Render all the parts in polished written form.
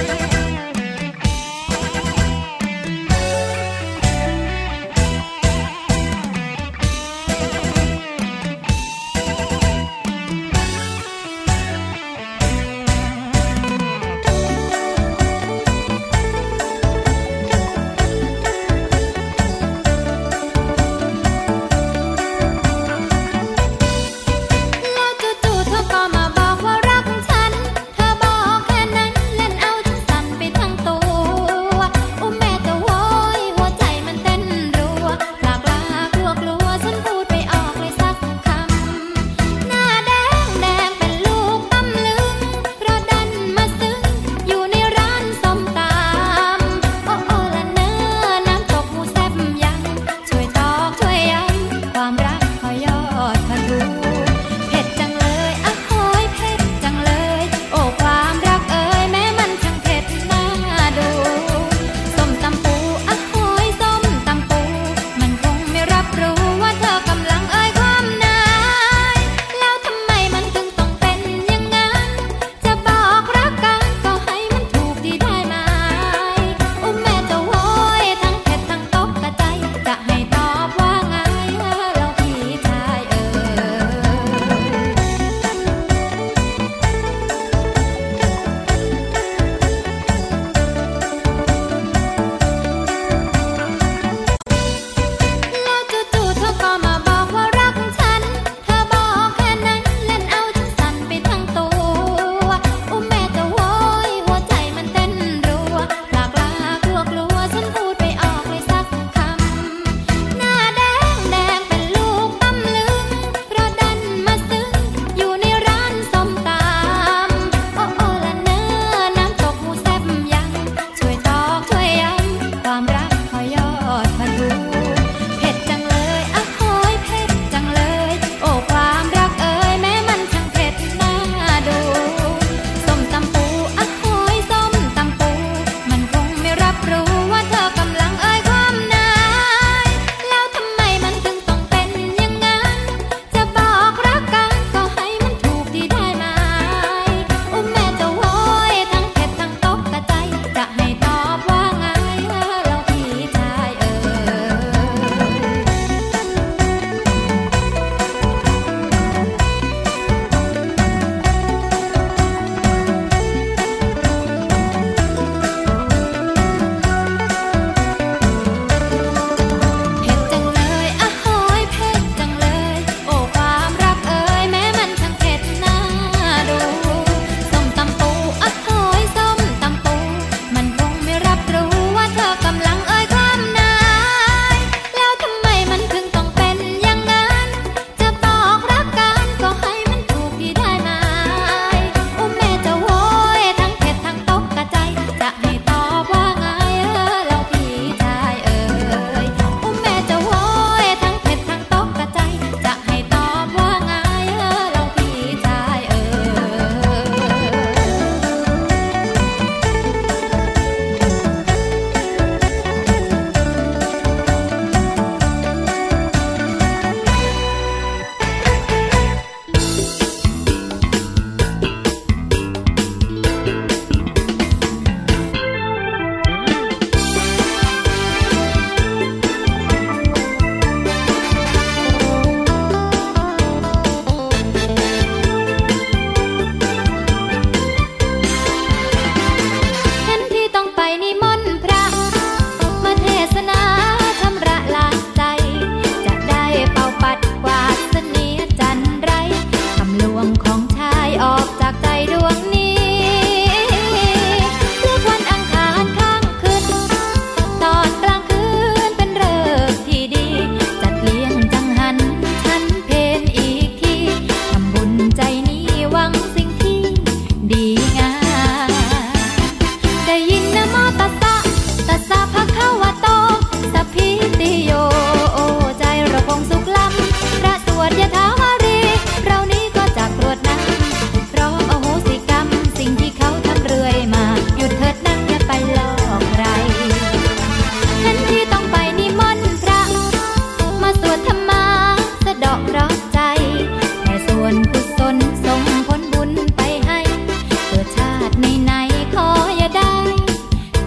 ส่วนกุศลส่งผลบุญไปให้เกิดชาติไหนๆขออย่าได้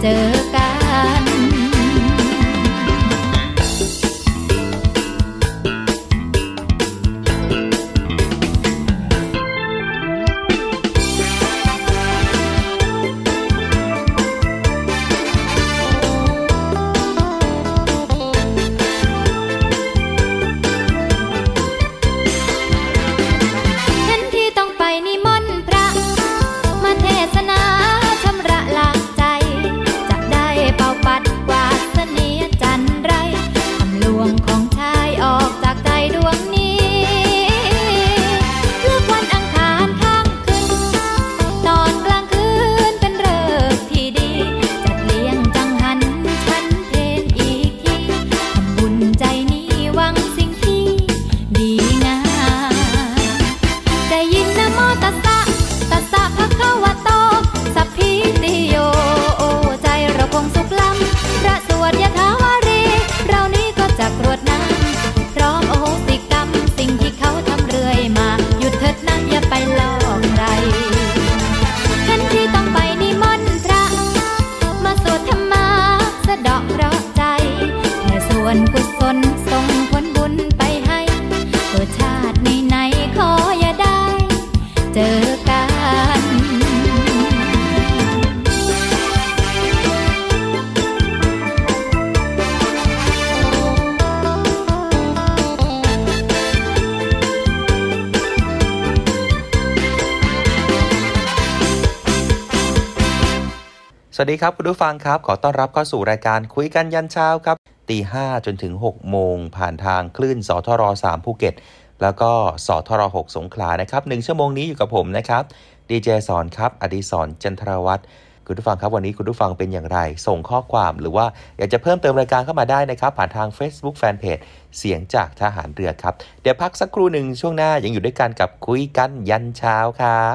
เจอกันสวัสดีครับคุณผู้ฟังครับขอต้อนรับเข้าสู่รายการคุยกันยันเช้าครับ 5:00 จนถึง 6:00 นผ่านทางคลื่นสทร3ภูเก็ตแล้วก็สทร6สงขลานะครับ1ชั่วโมงนี้อยู่กับผมนะครับดีเจสอนครับอดิศรจันทรวัฒน์คุณผู้ฟังครับวันนี้คุณผู้ฟังเป็นอย่างไรส่งข้อความหรือว่าอยากจะเพิ่มเติมรายการเข้ามาได้นะครับผ่านทาง Facebook Fanpage เสียงจากทหารเรือครับเดี๋ยวพักสักครู่หนึ่งช่วงหน้ายังอยู่ด้วยกันกับคุยกันยันเช้าครับ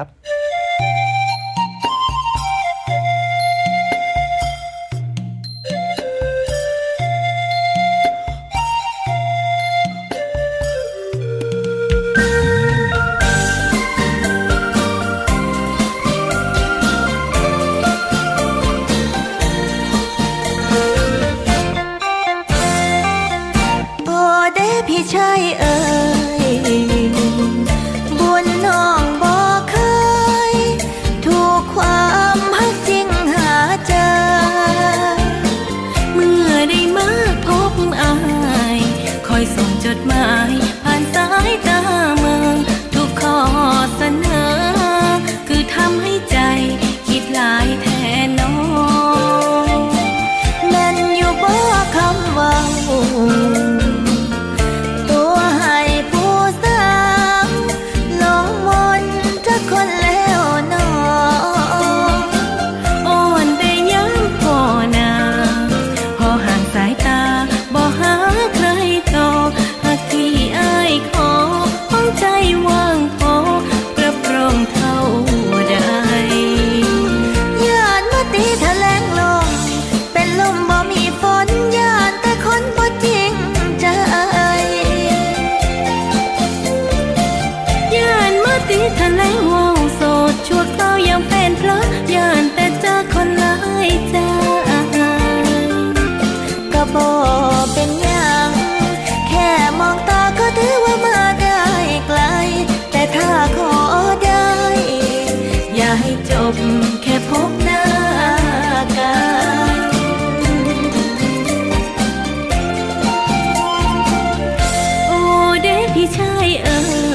ใช่เอ่ยบุญน้องบ่เคยถูกความฮักจริงหาเจอเมื่อได้มาพบอายคอยส่งจดหมายผ่านสายตาเมืองทุกข้อเสนอคือทำให้ใจคิดหลายแทนน้องแม่นอยู่บ่คำเว้าทะเลว่าวโสดชั่วคราวยังเป็นเพราะย่านแต่เจอคนหลายใจก็บ่เป็นหยังแค่มองตาก็ถือว่ามาได้ไกลแต่ถ้าขอได้อย่าให้จบแค่พบหน้ากันโอ้เด้พี่ชายเอ๋ย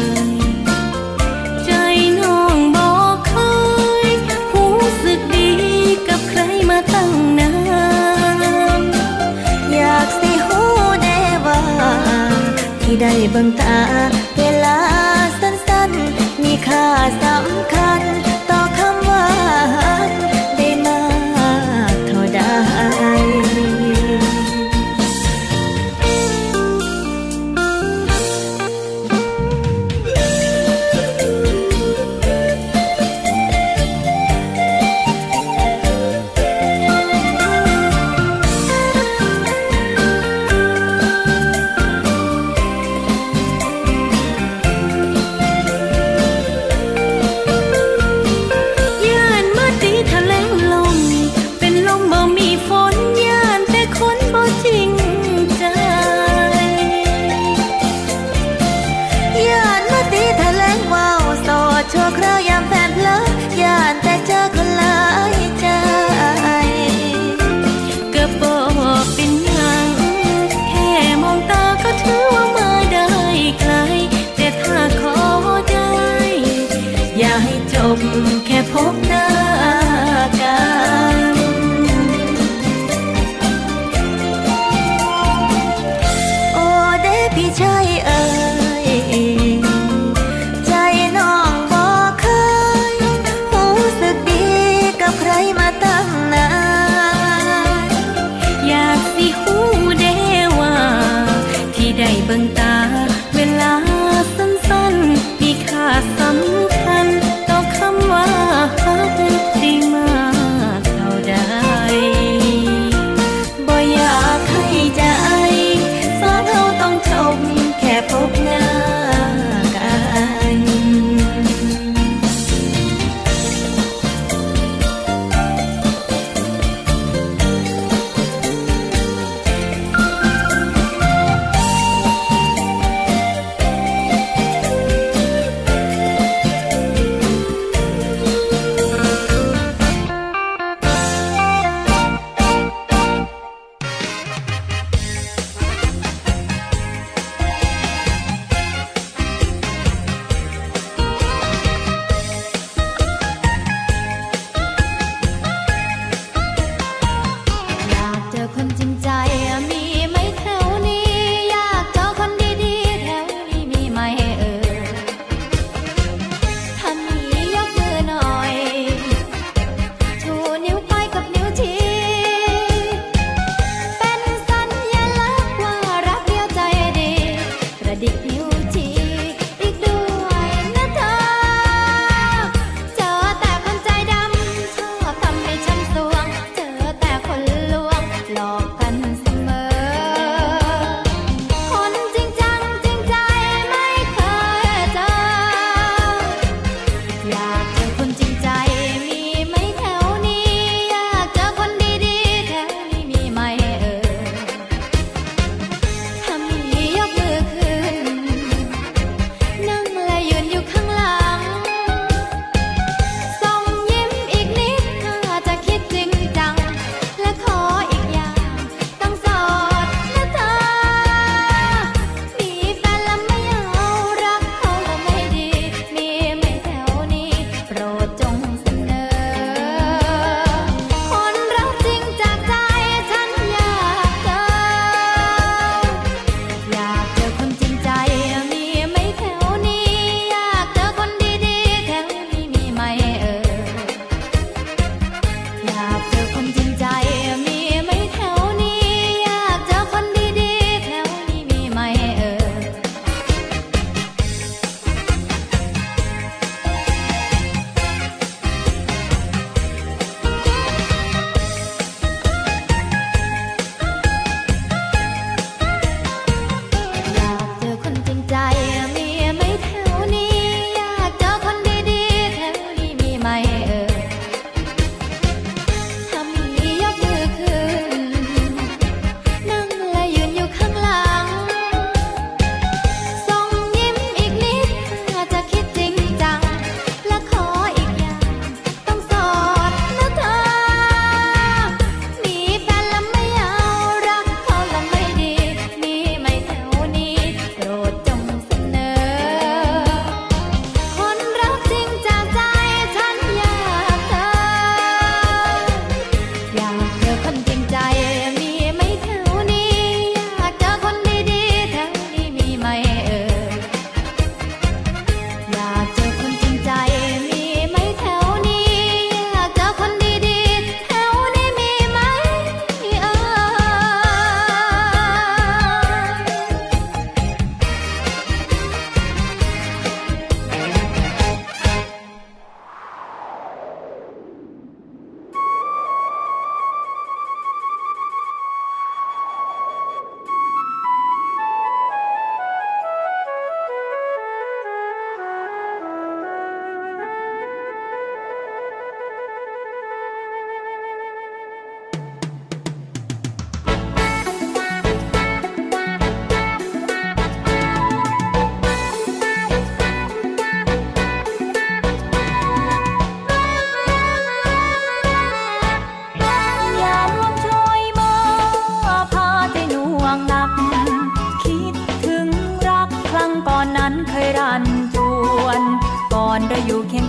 ตั้งนานอยากสิฮู้แน่ว่าที่ได้เบิ่งตาเวลาสั้นๆมีค่าสำคัญต่อคำว่าได้มากเท่าใด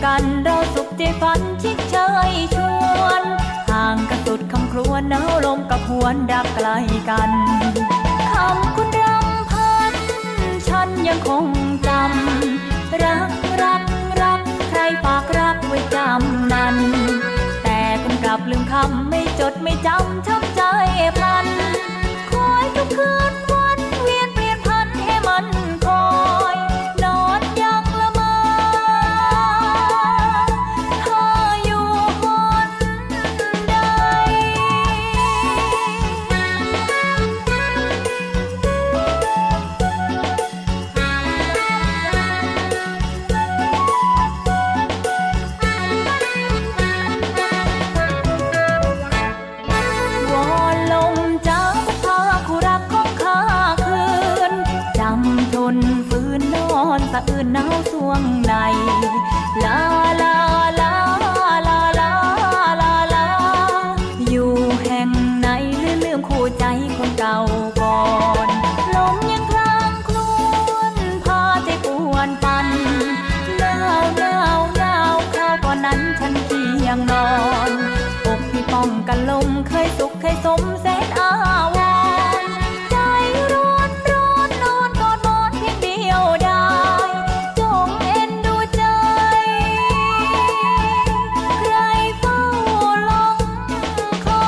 กันเราสุขใจฝันชิดเชยชวนห่างกันสุดคำครวญหนาวลมกับหวนรักไกลกันคำคุณรำพันฉันยังคงจำรักรักรักใครฝากรักไว้จำนั้นแต่คุณกลับลืมคำไม่จดไม่จำช้ำใจพลันคอยทุกคืนวันเวียนเปลี่ยนพันให้มันคอยนอนยังละเมอเธออยู่บนใดวอนลมจ้าพาคู่รักของข้าคืนจำทนฝืนนอนสะอื้นหนาวสวงในลาลาลาลาลาลาลาอยู่แห่งไหนลืมคู่ใจคนเก่าก่อนลมยังคลางคลวนพาใจปวนปันหนาวหนาวหนาวคราวก่อนนั้นฉันเคียงนอนอกพี่ป้องกันลมเคยสุขเคยสมแสนอาวรณ์ใจร้อนร้อนนอนกอดหมอนเพียงเดียวได้จงเอ็นดูใจใครเฝ้าลงคอย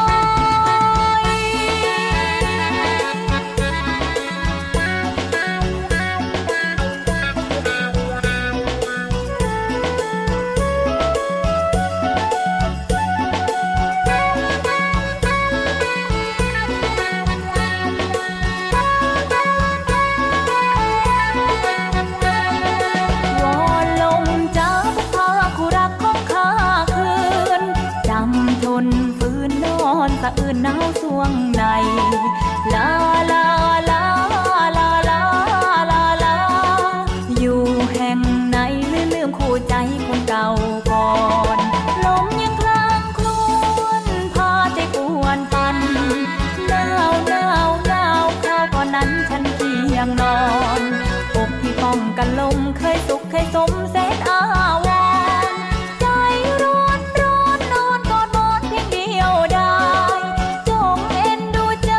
สะอื้นหนาวสวงในลาลาลาลาลาลาลาอยู่แห่งไหนลืมคู่ใจคนเก่าก่อนลมยังคลางคลวนพาใจปวนปันหนาวหนาวหนาวคราวก่อนนั้นฉันเคียงนอนอกที่ป้องกันลมเคยสุขเคยสมแสนอาวรณ์ใจร้อนร้อนนอนกอดหมอนเพียงเดียวได้จงเอ็นดูใจ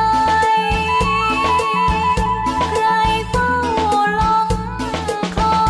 ใครเฝ้าลงคอย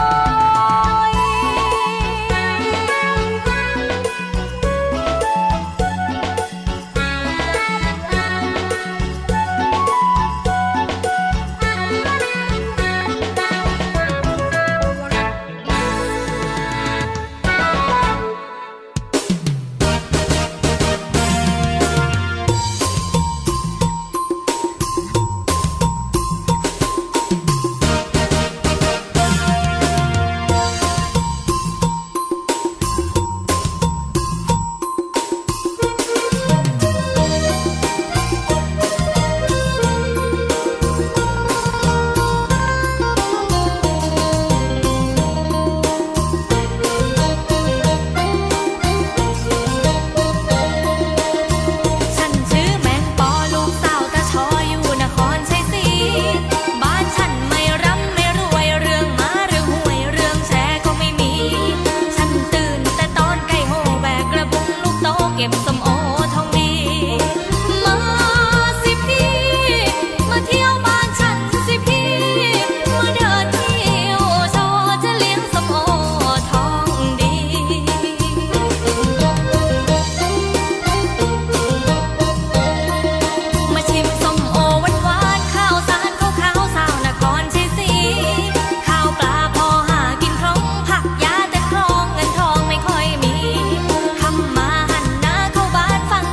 ฟัง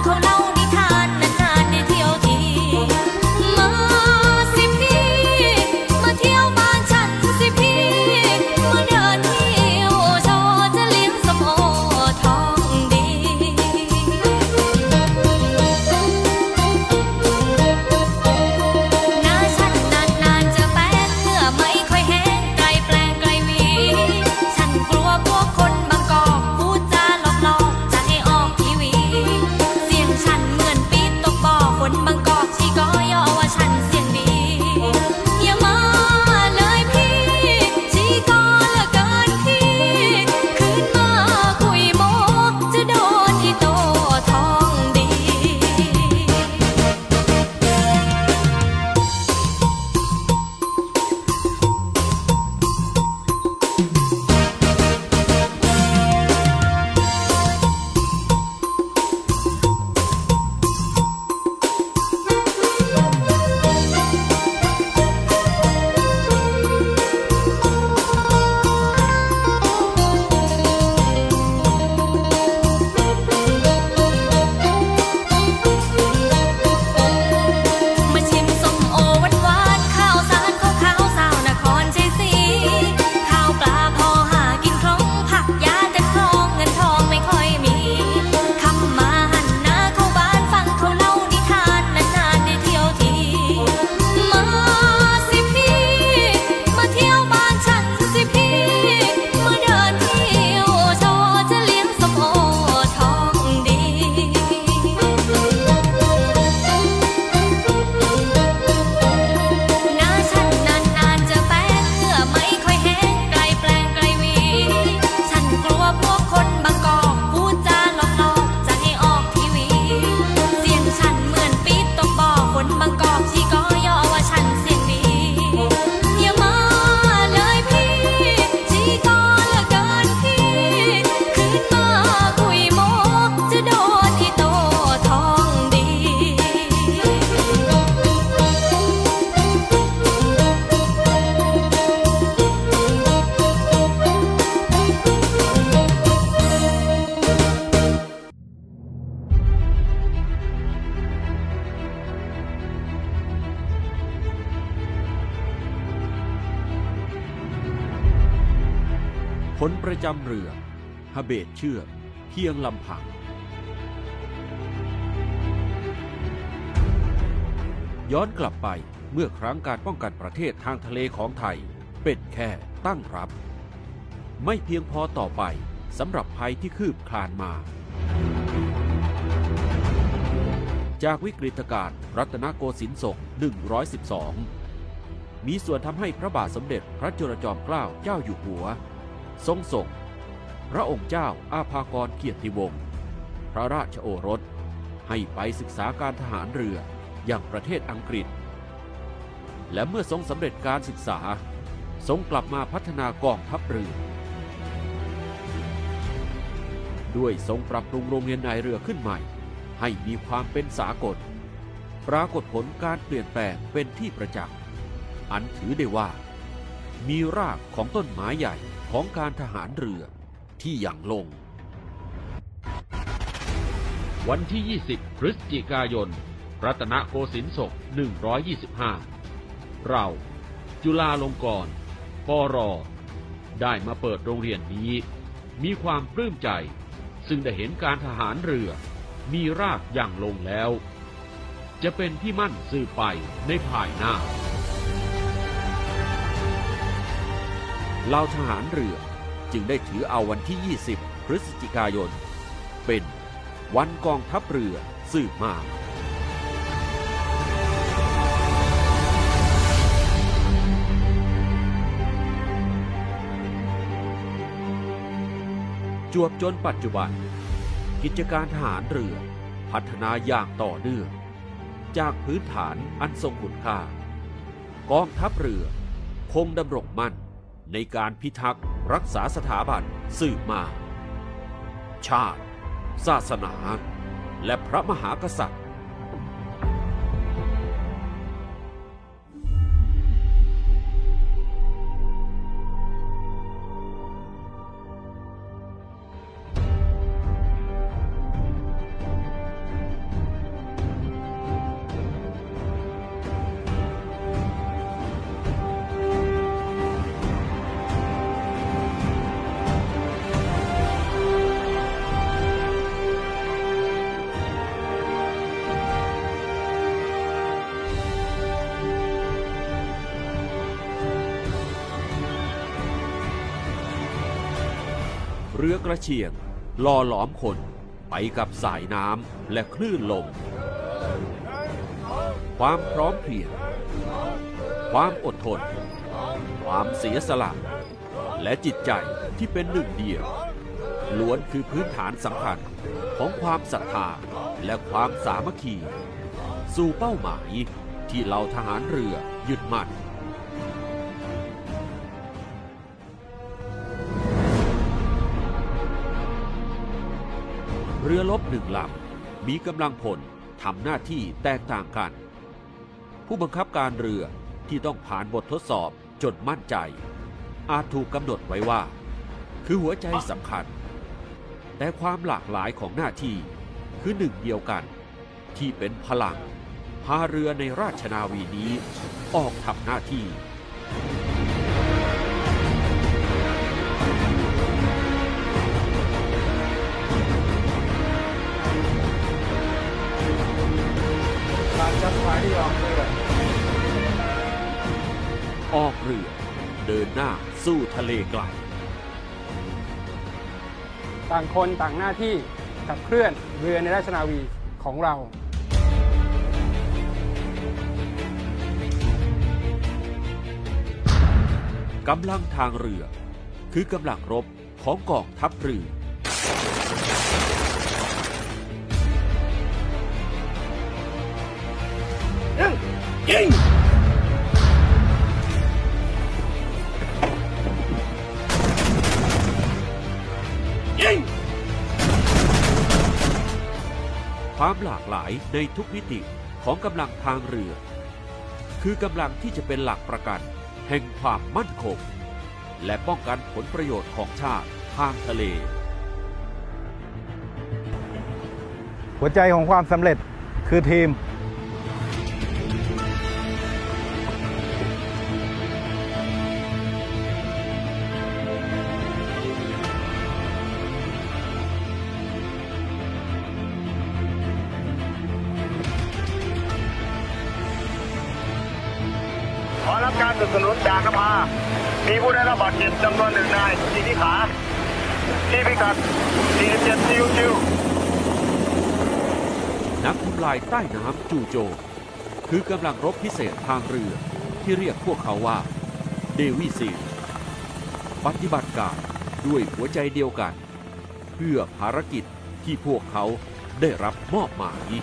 คนประจำเรือฮะเบตเชือกเพียงลำพังย้อนกลับไปเมื่อครั้งการป้องกันประเทศทางทะเลของไทยเป็นแค่ตั้งรับไม่เพียงพอต่อไปสำหรับภัยที่คืบคลานมาจากวิกฤตการณ์รัตนโกสินทร์ศก112มีส่วนทำให้พระบาทสมเด็จพระจุลจอมเกล้าเจ้าอยู่หัวทรงส่งพระองค์เจ้าอาภากรเกียรติวงศ์พระราชโอรสให้ไปศึกษาการทหารเรืออย่างประเทศอังกฤษและเมื่อทรงสำเร็จการศึกษาทรงกลับมาพัฒนากองทัพเรือด้วยทรงปรับปรุงโรงเรียนนายเรือขึ้นใหม่ให้มีความเป็นสากลปรากฏผลการเปลี่ยนแปลงเป็นที่ประจักษ์อันถือได้ว่ามีรากของต้นไม้ใหญ่ของการทหารเรือที่ยังลงวันที่20พฤศจิกายนรัตนโกสินทร์ศก125เราจุฬาลงกรณ์ปรได้มาเปิดโรงเรียนนี้มีความปลื้มใจซึ่งได้เห็นการทหารเรือมีรากอย่างลงแล้วจะเป็นที่มั่นสืบไปในภายหน้าเหล่าทหารเรือจึงได้ถือเอาวันที่20พฤศจิกายนเป็นวันกองทัพเรือสืบมาจวบจนปัจจุบันกิจการทหารเรือพัฒนาอย่างต่อเนื่องจากพื้นฐานอันทรงคุณค่ากองทัพเรือคงดำรงมั่นในการพิทักษ์รักษาสถาบันสืบมาชาติศาสนาและพระมหากษัตริย์เรือกระเชียงหล่อหลอมคนไปกับสายน้ำและคลื่นลมความพร้อมเพรียงความอดทนความเสียสละและจิตใจที่เป็นหนึ่งเดียวล้วนคือพื้นฐานสำคัญของความศรัทธาและความสามัคคีสู่เป้าหมายที่เหล่าทหารเรือยึดมั่นเรือรบหนึ่งลำมีกำลังพลทำหน้าที่แตกต่างกันผู้บังคับการเรือที่ต้องผ่านบททดสอบจนมั่นใจอาจถูกกำหนดไว้ว่าคือหัวใจสำคัญแต่ความหลากหลายของหน้าที่คือหนึ่งเดียวกันที่เป็นพลังพาเรือในราชนาวีนี้ออกทำหน้าที่ออกเรือเดินหน้าสู้ทะเลไกลต่างคนต่างหน้าที่ขับเคลื่อนเรือในราชนาวีของเรากำลังทางเรือคือกำลังรบของกองทัพเรือยิงความหลากหลายในทุกมิติของกำลังทางเรือคือกำลังที่จะเป็นหลักประกันแห่งความมั่นคงและป้องกันผลประโยชน์ของชาติทางทะเลหัวใจของความสำเร็จคือทีมรับการสนับสนุนจากนภามีผู้ได้รับบาดเจ็บจำนวน1 นายที่ขาที่พิกัด47ซิวนักทำลายใต้น้ำจู่โจมคือกำลังรบพิเศษทางเรือที่เรียกพวกเขาว่าเดวิซีลปฏิบัติการด้วยหัวใจเดียวกันเพื่อภารกิจที่พวกเขาได้รับมอบหมาย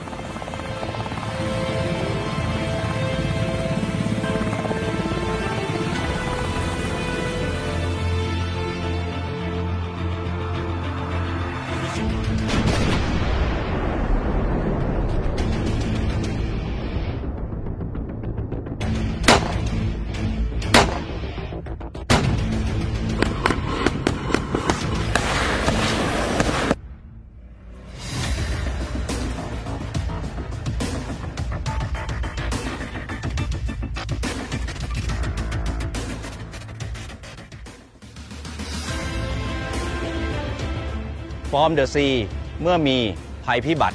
ฟอร์มเดอะซีเมื่อมีภัยพิบัติ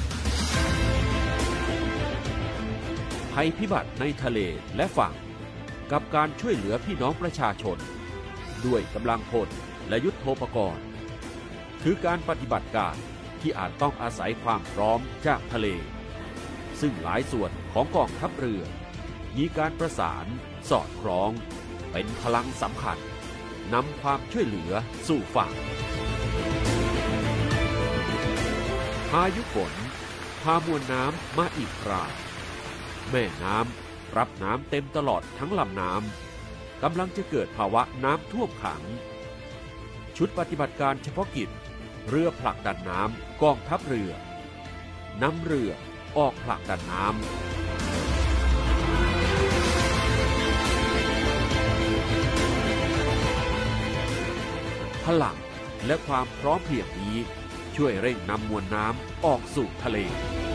ภัยพิบัติในทะเลและฝั่งกับการช่วยเหลือพี่น้องประชาชนด้วยกำลังพลและยุทโธปกรณ์คือการปฏิบัติการที่อาจต้องอาศัยความพร้อมจากทะเลซึ่งหลายส่วนของกองทัพเรือมีการประสานสอดคล้องเป็นพลังสำคัญนำความช่วยเหลือสู่ฝั่งพายุฝนพามวลน้ำมาอีกคราแม่น้ำรับน้ำเต็มตลอดทั้งลำน้ำกำลังจะเกิดภาวะน้ำท่วมขังชุดปฏิบัติการเฉพาะกิจเรือผลักดันน้ำกองทัพเรือนำเรือออกผลักดันน้ำพลังและความพร้อมเพรียงนี้ช่วยเร่งนำมวลน้ำออกสู่ทะเล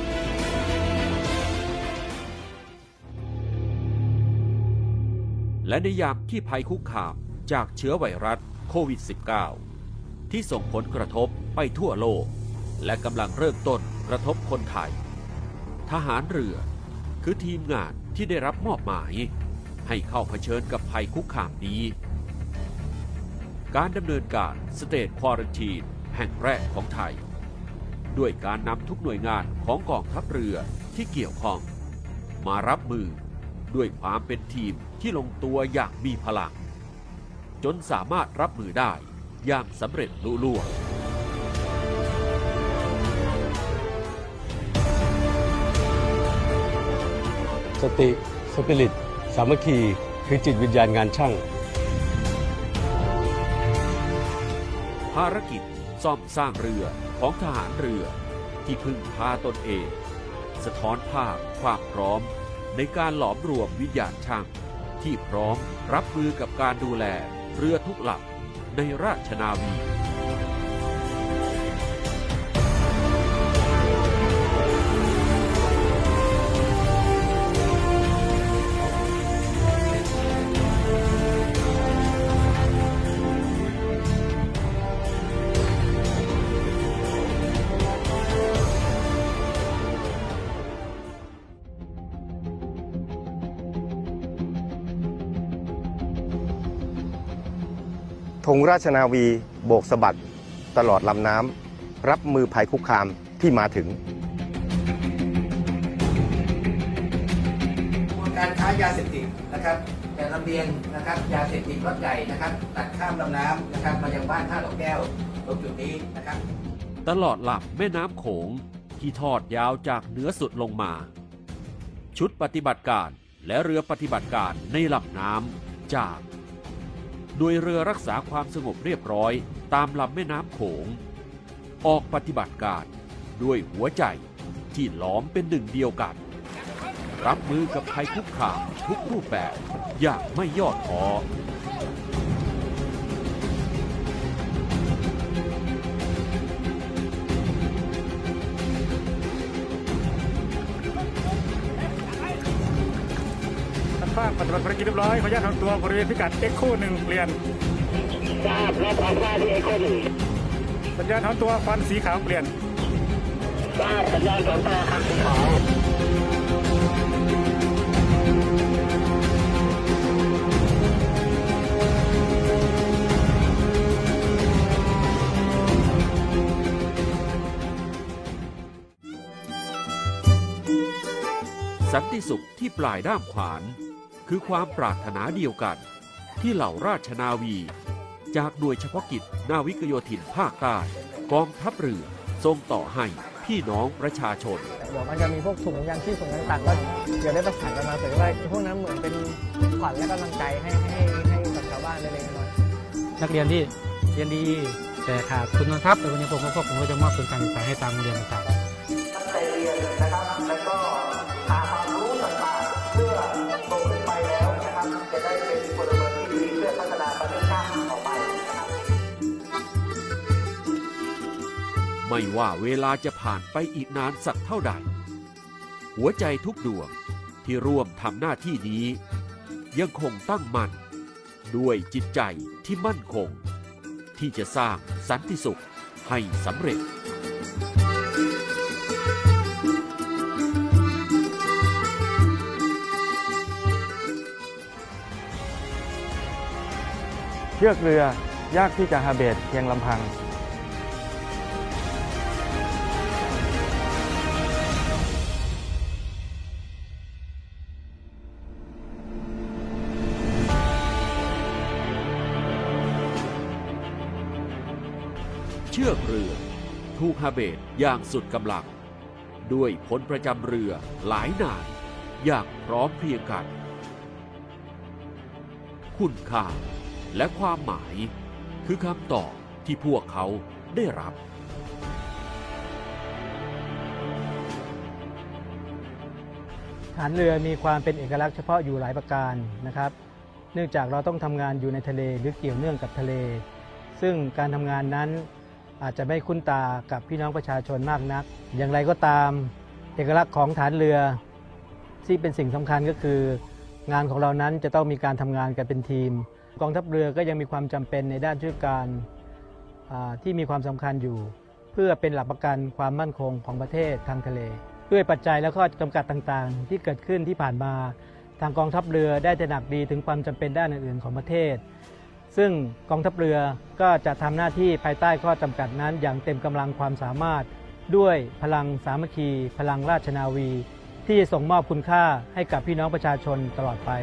และในยามที่ภัยคุกคามจากเชื้อไวรัสโควิด -19 ที่ส่งผลกระทบไปทั่วโลกและกำลังเริ่มต้นกระทบคนไทยทหารเรือคือทีมงานที่ได้รับมอบหมายให้เข้าเผชิญกับภัยคุกคามนี้การดำเนินการสเตทควอรันทีนแห่งแรกของไทยด้วยการนำทุกหน่วยงานของกองทัพเรือที่เกี่ยวข้องมารับมือด้วยความเป็นทีมที่ลงตัวอย่างมีพลังจนสามารถรับมือได้อย่างสำเร็จลุล่วงสติสปิริตสามัคคีคือจิตวิญญาณงานช่างภารกิจซ่อมสร้างเรือของทหารเรือที่พึ่งพาตนเองสะท้อนภาพความพร้อมในการหลอมรวมวิญญาณช่างที่พร้อมรับมือกับการดูแลเรือทุกลำในราชนาวีธงราชนาวีโบกสะบัดตลอดลำน้ำรับมือภัยคุกคามที่มาถึงการค้ายาเสพติดนะครับจะลำเลียงนะครับยาเสพติดรถใหญ่นะครับตัดข้ามลำน้ำนะครับมายังบ้านท่าดอกแก้วตรงจุดนี้นะครับตลอดลำแม่น้ำโขงที่ทอดยาวจากเหนือสุดลงมาชุดปฏิบัติการและเรือปฏิบัติการในลำน้ำจากโดยเรือรักษาความสงบเรียบร้อยตามลำแม่น้ำโขงออกปฏิบัติการด้วยหัวใจที่หลอมเป็นหนึ่งเดียวกันรับมือกับภัยคุกคามทุกรูปแบบอย่างไม่ย่อท้อภาคปฏิบัติภารกิจเรียบร้อยขออนุญาตทำตัวบริเวณพิกัดเอ็กโค1เปลี่ยนทราบรับความทราบที่เอ็กโค1สัญญาณทำตัวฟันสีขาวเปลี่ยนทราบสัญญาณทำตัวฟันสีขาวสันติสุขที่ปลายด้ามขวานคือความปรารถนาเดียวกันที่เหล่าราชนาวีจากหน่วยเฉพาะกิจนาวิกโยธินภาคใต้กองทัพเรือส่งต่อให้พี่น้องประชาชนเดี๋ยวมันจะมีพวกถุงยางชีพถุงต่างๆก็เดี๋ยวได้ประสานกันมาเผื่อว่าพวกนั้นเหมือนเป็นขวัญและกำลังใจให้กับชาวบ้านเล็กๆน้อยๆนักเรียนที่เรียนดีแต่ขาดทุนทรัพย์ในวันนี้ผมก็จะมอบทุนการศึกษาให้ตามโรงเรียนต่างๆตั้งใจเรียนนะครับแล้วก็หาความรู้ต่างๆเพื่อโตขึ้นไปแล้วนะครับจะได้เป็นพลเมืองที่ดีเพื่อพัฒนาประเทศชาติต่อไปไม่ว่าเวลาจะผ่านไปอีกนานสักเท่าใดหัวใจทุกดวงที่ร่วมทำหน้าที่นี้ยังคงตั้งมั่นด้วยจิตใจที่มั่นคงที่จะสร้างสันติสุขให้สำเร็จเชือกเรือยากที่จะฮาเบตเพียงลำพังเชือกเรือถูกฮาเบตอย่างสุดกำลังด้วยพลประจำเรือหลายนายอย่างพร้อมเพรียงกันคุณค่าและความหมายคือคำตอบที่พวกเขาได้รับฐานเรือมีความเป็นเอกลักษณ์เฉพาะอยู่หลายประการนะครับเนื่องจากเราต้องทำงานอยู่ในทะเลหรือเกี่ยวเนื่องกับทะเลซึ่งการทำงานนั้นอาจจะไม่คุ้นตากับพี่น้องประชาชนมากนักอย่างไรก็ตามเอกลักษณ์ของฐานเรือที่เป็นสิ่งสำคัญก็คืองานของเรานั้นจะต้องมีการทำงานกันเป็นทีมกองทัพเรือก็ยังมีความจำเป็นในด้านช่วยการที่มีความสำคัญอยู่เพื่อเป็นหลักประกันความมั่นคงของประเทศทางทะเลด้วยปัจจัยและข้อจำกัดต่างๆที่เกิดขึ้นที่ผ่านมาทางกองทัพเรือได้ตระหนักดีถึงความจำเป็นด้านอื่นๆของประเทศซึ่งกองทัพเรือก็จะทำหน้าที่ภายใต้ข้อจำกัดนั้นอย่างเต็มกำลังความสามารถด้วยพลังสามัคคีพลังราชนาวีที่ส่งมอบคุณค่าให้กับพี่น้องประชาชนตลอดไป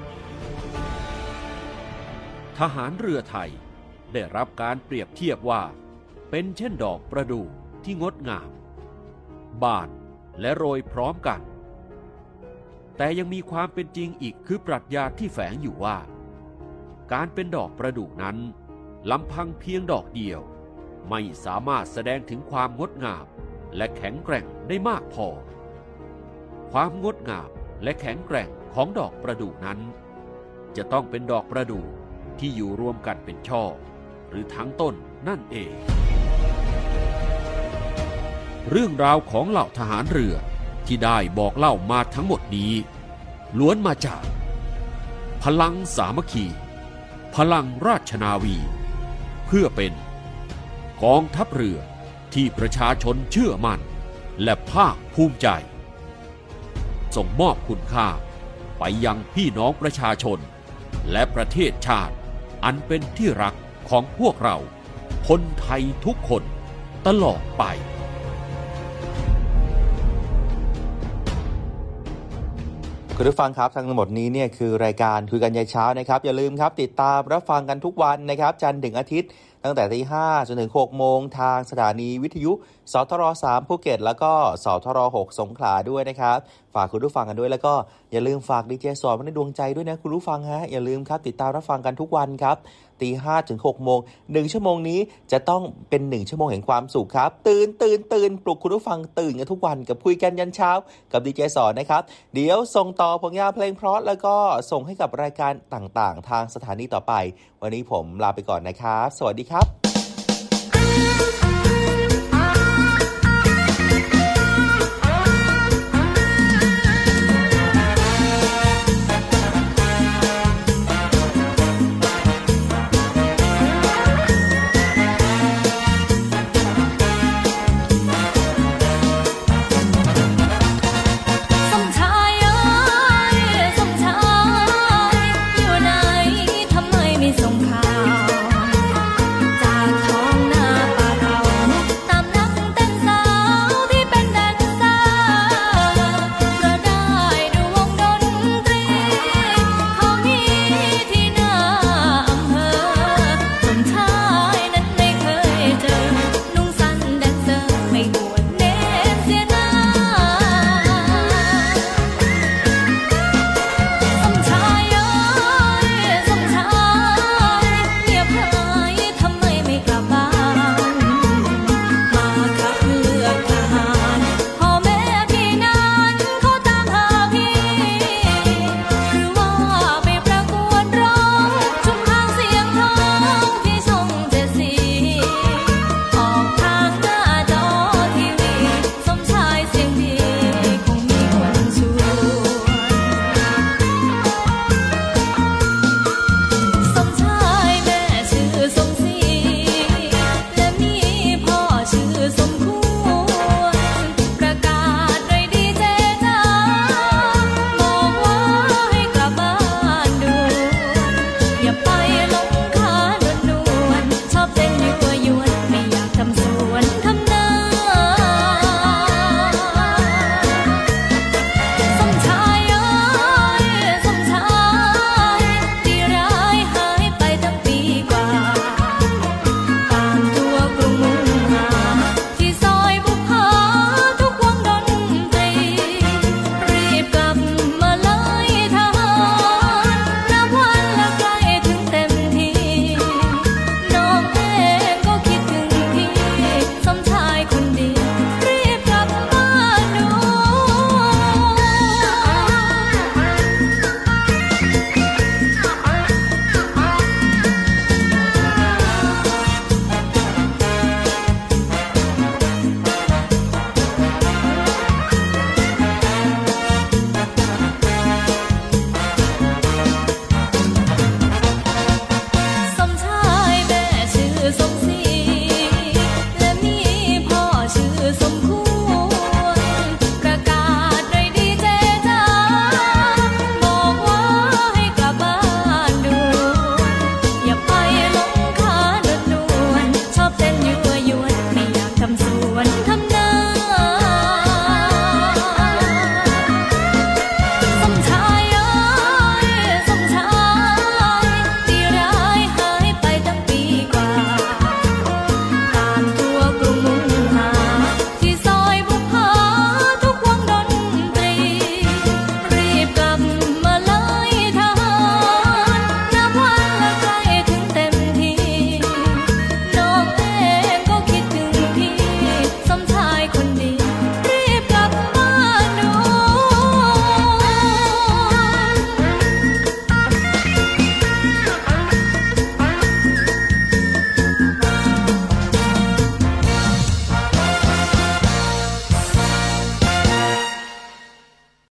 ทหารเรือไทยได้รับการเปรียบเทียบว่าเป็นเช่นดอกประดู่ที่งดงามบานและโรยพร้อมกันแต่ยังมีความเป็นจริงอีกคือปรัชญาที่แฝงอยู่ว่าการเป็นดอกประดู่นั้นลำพังเพียงดอกเดียวไม่สามารถแสดงถึงความงดงามและแข็งแกร่งได้มากพอความงดงามและแข็งแกร่งของดอกประดู่นั้นจะต้องเป็นดอกประดู่ที่อยู่รวมกันเป็นช่อหรือทั้งต้นนั่นเองเรื่องราวของเหล่าทหารเรือที่ได้บอกเล่ามาทั้งหมดนี้ล้วนมาจากพลังสามัคคีพลังราชนาวีเพื่อเป็นกองทัพเรือที่ประชาชนเชื่อมั่นและภาคภูมิใจส่งมอบคุณค่าไปยังพี่น้องประชาชนและประเทศชาติอันเป็นที่รักของพวกเราคนไทยทุกคนตลอดไปคุณผู้ฟังครับทั้งหมดนี้เนี่ยคือรายการคุยกันยามเช้านะครับอย่าลืมครับติดตามรับฟังกันทุกวันนะครับจันทร์ถึงอาทิตย์ตั้งแต่ตี 5 จนถึง 6 โมงทางสถานีวิทยุสทร3ภูเก็ตแล้วก็สทร6สงขลาด้วยนะครับฝากคุณผู้ฟังกันด้วยแล้วก็อย่าลืมฝากดีเจสอนไว้ในดวงใจด้วยนะคุณผู้ฟังฮะอย่าลืมครับติดตามรับฟังกันทุกวันครับตี 5 ถึง 6 โมง1ชั่วโมงนี้จะต้องเป็น1ชั่วโมงแห่งความสุขครับตื่นปลุกคุณผู้ฟังตื่นกันทุกวันกับคุยกันยันเช้ากับดีเจสอนนะครับเดี๋ยวส่งต่อผลงานเพลงเพราะแล้วก็ส่งให้กับรายการต่างๆทางสถานีต่อไปวันนี้ผมลาไปก่อนนะครับสวัสดีครับ